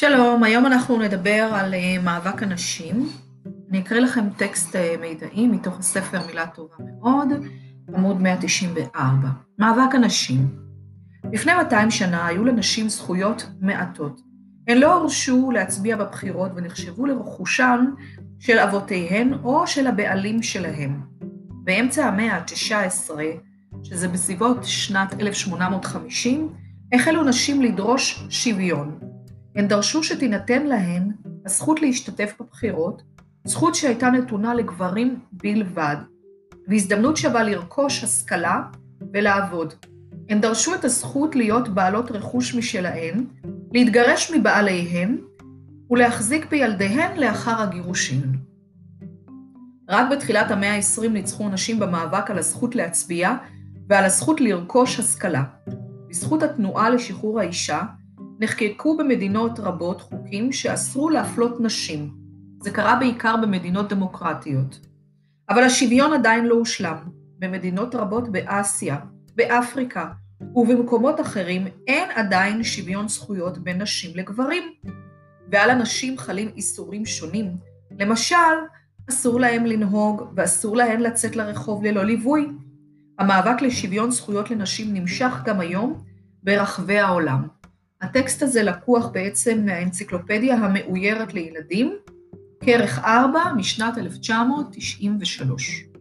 שלום, היום אנחנו נדבר על מאבק הנשים. אני אקריא לכם טקסט מידעי מתוך הספר מילה טובה מאוד, עמוד 194. מאבק הנשים. לפני 200 שנה היו לנשים זכויות מעטות. הן לא הורשו להצביע בבחירות ונחשבו לרכושן של אבותיהן או של הבעלים שלהם. באמצע המאה ה-19, שזה בסביבות שנת 1850, החלו נשים לדרוש שוויון. הן דרשו שתינתן להן הזכות להשתתף בבחירות, זכות שהייתה נתונה לגברים בלבד, והזדמנות שווה לרכוש השכלה ולעבוד. הן דרשו את הזכות להיות בעלות רכוש משלהן, להתגרש מבעליהן ולהחזיק בילדיהן לאחר הגירושין. רק בתחילת המאה ה-20 ניצחו נשים במאבק על הזכות להצביע ועל הזכות לרכוש השכלה. בזכות התנועה לשחרור האישה, נחקקו במדינות רבות חוקים שאסרו להפלות נשים. זה קרה בעיקר במדינות דמוקרטיות. אבל השוויון עדיין לא הושלם. במדינות רבות באסיה, באפריקה ובמקומות אחרים אין עדיין שוויון זכויות בין נשים לגברים. ועל הנשים חלים איסורים שונים. למשל, אסור להם לנהוג ואסור להן לצאת לרחוב ללא ליווי. המאבק לשוויון זכויות לנשים נמשך גם היום ברחבי העולם. הטקסט הזה לקוח בעצם מהאנציקלופדיה המאוירת לילדים, כרך 4 משנת 1993.